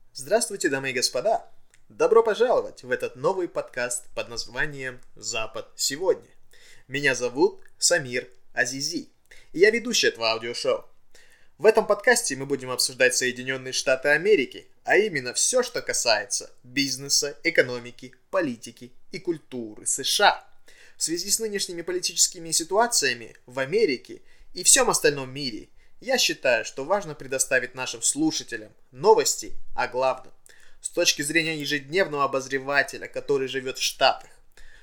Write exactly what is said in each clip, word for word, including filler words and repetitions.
Здравствуйте, дамы и господа! Добро пожаловать в этот новый подкаст под названием «Запад сегодня». Меня зовут Самир Азизи, и я ведущий этого аудиошоу. В этом подкасте мы будем обсуждать Соединенные Штаты Америки, а именно все, что касается бизнеса, экономики, политики и культуры США. В связи с нынешними политическими ситуациями в Америке и всем остальном мире, я считаю, что важно предоставить нашим слушателям новости о главном, с точки зрения ежедневного обозревателя, который живет в Штатах.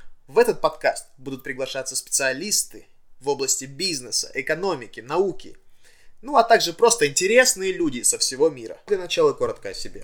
В этот подкаст будут приглашаться специалисты в области бизнеса, экономики, науки, ну а также просто интересные люди со всего мира. Для начала коротко о себе.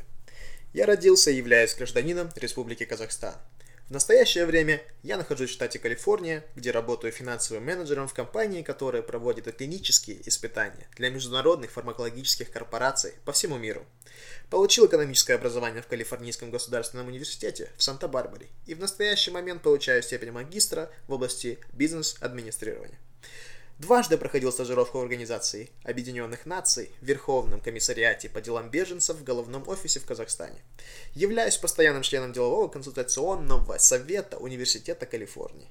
Я родился и являюсь гражданином Республики Казахстан. В настоящее время я нахожусь в штате Калифорния, где работаю финансовым менеджером в компании, которая проводит клинические испытания для международных фармакологических корпораций по всему миру. Получил экономическое образование в Калифорнийском государственном университете в Санта-Барбаре и в настоящий момент получаю степень магистра в области бизнес-администрирования. Дважды проходил стажировку в Организации Объединенных Наций в Верховном комиссариате по делам беженцев в головном офисе в Казахстане. Являюсь постоянным членом делового консультационного совета Университета Калифорнии.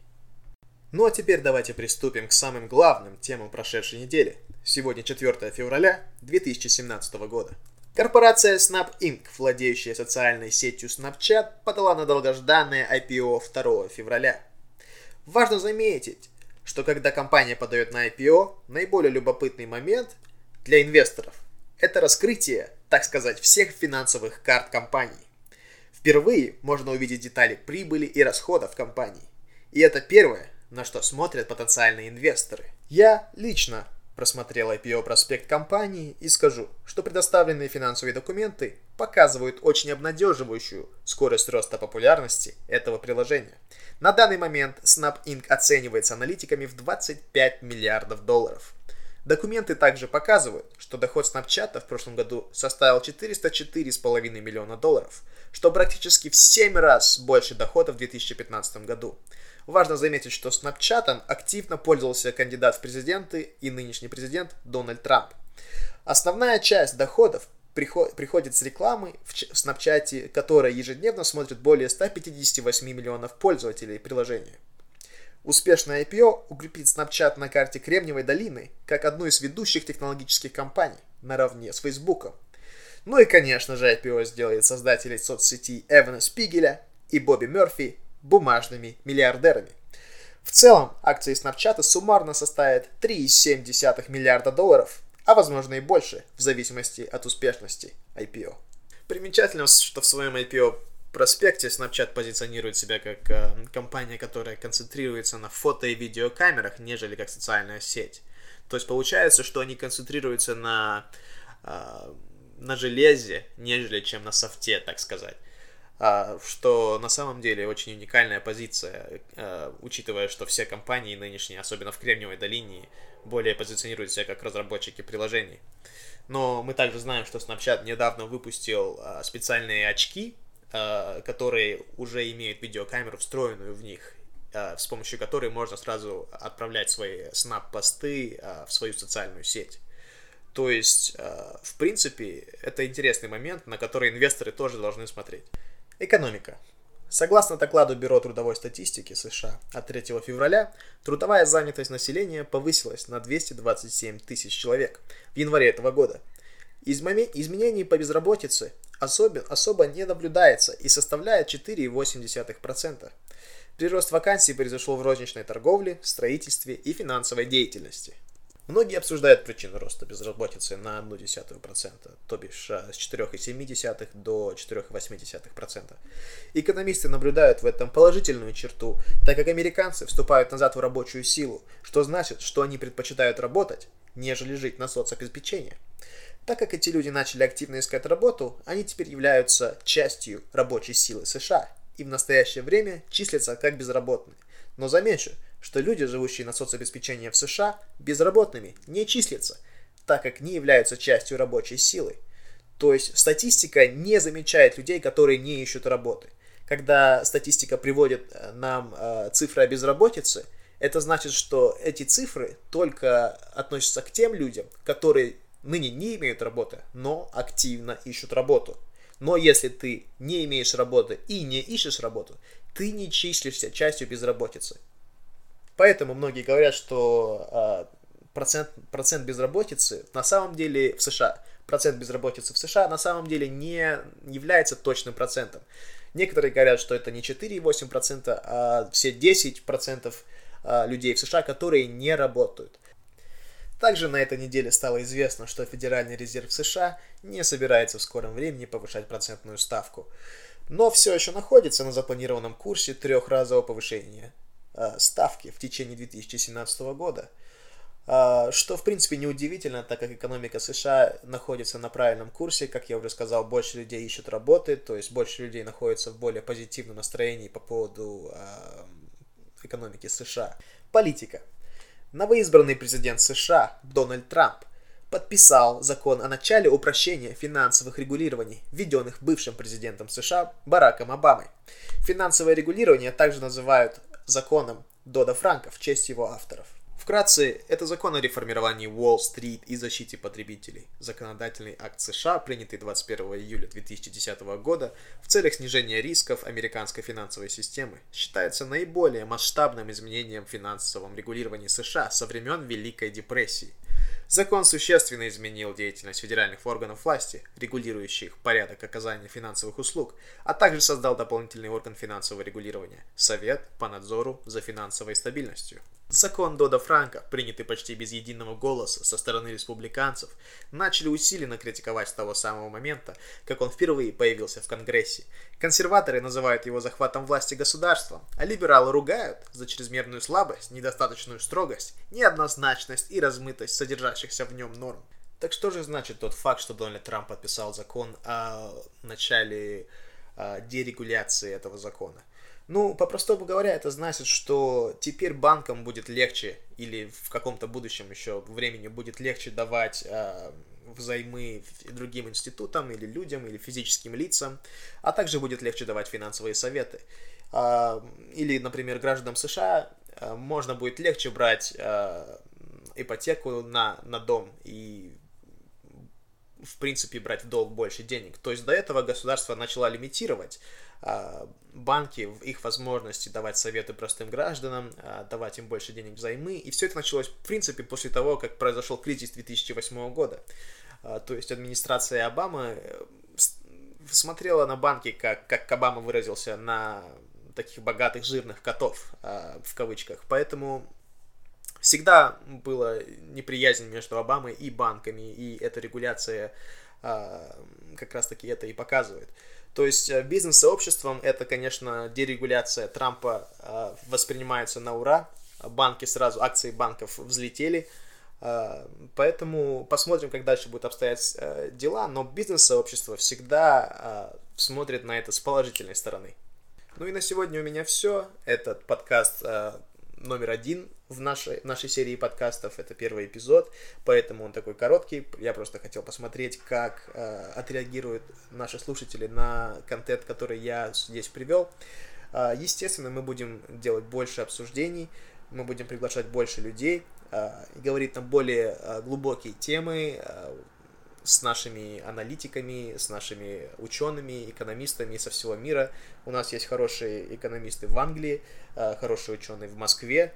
Ну а теперь давайте приступим к самым главным темам прошедшей недели. Сегодня четвёртое февраля две тысячи семнадцатого года. Корпорация Snap инк, владеющая социальной сетью Snapchat, подала на долгожданное ай пи о второго февраля. Важно заметить, что когда компания подает на ай пи о, наиболее любопытный момент для инвесторов – это раскрытие, так сказать, всех финансовых карт компании. Впервые можно увидеть детали прибыли и расходов компании. И это первое, на что смотрят потенциальные инвесторы. Я лично просмотрел ай пи о-проспект компании и скажу, что предоставленные финансовые документы показывают очень обнадеживающую скорость роста популярности этого приложения. На данный момент Snap инк оценивается аналитиками в двадцать пять миллиардов долларов. Документы также показывают, что доход Snapchat в прошлом году составил четыреста четыре целых пять десятых миллиона долларов, что практически в семь раз больше дохода в две тысячи пятнадцатом году. Важно заметить, что Snapchat активно пользовался кандидат в президенты и нынешний президент Дональд Трамп. Основная часть доходов приходит с рекламы в Snapchat, которая ежедневно смотрит более ста пятидесяти восьми миллионов пользователей приложения. Успешное ай пи о укрепит Snapchat на карте Кремниевой долины как одну из ведущих технологических компаний наравне с Facebook. Ну и, конечно же, ай пи о сделает создателей соцсети Эвана Спигеля и Бобби Мерфи бумажными миллиардерами. В целом, акции Snapchat суммарно составят три целых семь десятых миллиарда долларов, а возможно и больше, в зависимости от успешности ай пи о. Примечательно, что в своем ай пи о-проспекте Snapchat позиционирует себя как э, компания, которая концентрируется на фото- и видеокамерах, нежели как социальная сеть. То есть получается, что они концентрируются на, э, на железе, нежели чем на софте, так сказать. Что на самом деле очень уникальная позиция, учитывая, что все компании нынешние, особенно в Кремниевой долине, более позиционируют себя как разработчики приложений. Но мы также знаем, что Snapchat недавно выпустил специальные очки, которые уже имеют видеокамеру, встроенную в них, с помощью которой можно сразу отправлять свои снап-посты в свою социальную сеть. То есть, в принципе, это интересный момент, на который инвесторы тоже должны смотреть. Экономика. Согласно докладу Бюро трудовой статистики США от третьего февраля, трудовая занятость населения повысилась на двести двадцать семь тысяч человек в январе этого года. Изменений по безработице особо, особо не наблюдается и составляет четыре целых восемь десятых процента. Прирост вакансий произошел в розничной торговле, строительстве и финансовой деятельности. Многие обсуждают причину роста безработицы на одну десятую процента, то бишь с четыре целых семь десятых до четыре целых восемь десятых процента. Экономисты наблюдают в этом положительную черту, так как американцы вступают назад в рабочую силу, что значит, что они предпочитают работать, нежели жить на соцобеспечение. Так как эти люди начали активно искать работу, они теперь являются частью рабочей силы США и в настоящее время числятся как безработные. Но замечу, что люди, живущие на соцобеспечении в США, безработными не числятся, так как не являются частью рабочей силы. То есть статистика не замечает людей, которые не ищут работы. Когда статистика приводит нам э, цифры о безработице, это значит, что эти цифры только относятся к тем людям, которые ныне не имеют работы, но активно ищут работу. Но если ты не имеешь работы и не ищешь работу, ты не числишься частью безработицы. Поэтому многие говорят, что э, процент, процент безработицы на самом деле в США, процент безработицы в США на самом деле не является точным процентом. Некоторые говорят, что это не четыре целых восемь десятых процента, а все десять процентов людей в США, которые не работают. Также на этой неделе стало известно, что Федеральный резерв США не собирается в скором времени повышать процентную ставку, но все еще находится на запланированном курсе трехразового повышения э, ставки в течение две тысячи семнадцатого года, э, что в принципе неудивительно, так как экономика США находится на правильном курсе, как я уже сказал, больше людей ищут работы, то есть больше людей находится в более позитивном настроении по поводу э, экономики США. Политика. Новоизбранный президент США Дональд Трамп подписал закон о начале упрощения финансовых регулирований, введенных бывшим президентом США Бараком Обамой. Финансовое регулирование также называют законом Додо-Франка в честь его авторов. Вкратце, это закон о реформировании Уолл-стрит и защите потребителей. Законодательный акт США, принятый двадцать первого июля две тысячи десятого года в целях снижения рисков американской финансовой системы, считается наиболее масштабным изменением в финансовом регулировании США со времен Великой депрессии. Закон существенно изменил деятельность федеральных органов власти, регулирующих порядок оказания финансовых услуг, а также создал дополнительный орган финансового регулирования – Совет по надзору за финансовой стабильностью. Закон Додо-Франка, принятый почти без единого голоса со стороны республиканцев, начали усиленно критиковать с того самого момента, как он впервые появился в Конгрессе. Консерваторы называют его захватом власти государством, а либералы ругают за чрезмерную слабость, недостаточную строгость, неоднозначность и размытость содержащихся в нем норм. Так что же значит тот факт, что Дональд Трамп подписал закон о начале о дерегуляции этого закона? Ну, по-простому говоря, это значит, что теперь банкам будет легче, или в каком-то будущем еще времени будет легче давать э, взаймы другим институтам, или людям, или физическим лицам, а также будет легче давать финансовые советы. Э, или, например, гражданам США э, можно будет легче брать э, ипотеку на, на дом и в принципе брать в долг больше денег. То есть до этого государство начало лимитировать э, банки в их возможности давать советы простым гражданам, э, давать им больше денег взаймы. И все это началось в принципе после того, как произошел кризис две тысячи восьмого года. Э, то есть администрация Обамы смотрела на банки, как, как Обама выразился, на таких богатых жирных котов, э, в кавычках. Поэтому всегда была неприязнь между Обамой и банками, и эта регуляция а, как раз-таки это и показывает. То есть бизнес-сообществом это, конечно, дерегуляция Трампа а, воспринимается на ура, банки сразу, акции банков взлетели, а, поэтому посмотрим, как дальше будут обстоять а, дела, но бизнес-сообщество всегда а, смотрит на это с положительной стороны. Ну и на сегодня у меня все. Этот подкаст а, номер один в нашей, нашей серии подкастов. Это первый эпизод, поэтому он такой короткий. Я просто хотел посмотреть, как э, отреагируют наши слушатели на контент, который я здесь привел. Э, естественно, мы будем делать больше обсуждений, мы будем приглашать больше людей э, и говорить на более э, глубокие темы э, с нашими аналитиками, с нашими учеными, экономистами со всего мира. У нас есть хорошие экономисты в Англии, э, хорошие ученые в Москве,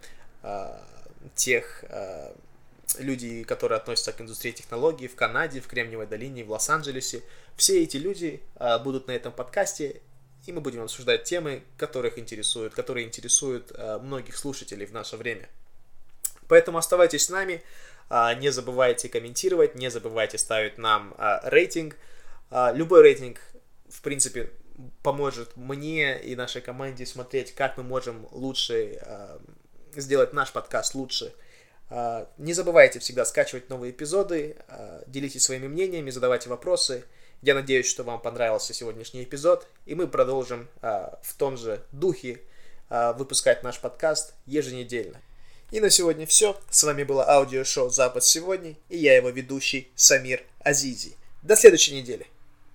тех э, людей, которые относятся к индустрии технологий в Канаде, в Кремниевой долине, в Лос-Анджелесе. Все эти люди э, будут на этом подкасте, и мы будем обсуждать темы, которых интересуют, которые интересуют э, многих слушателей в наше время. Поэтому оставайтесь с нами, э, не забывайте комментировать, не забывайте ставить нам э, рейтинг. Э, любой рейтинг, в принципе, поможет мне и нашей команде смотреть, как мы можем лучше э, сделать наш подкаст лучше. Не забывайте всегда скачивать новые эпизоды, делитесь своими мнениями, задавайте вопросы. Я надеюсь, что вам понравился сегодняшний эпизод, и мы продолжим в том же духе выпускать наш подкаст еженедельно. И на сегодня все. С вами было аудиошоу «Запад сегодня», и я его ведущий Самир Азизи. До следующей недели.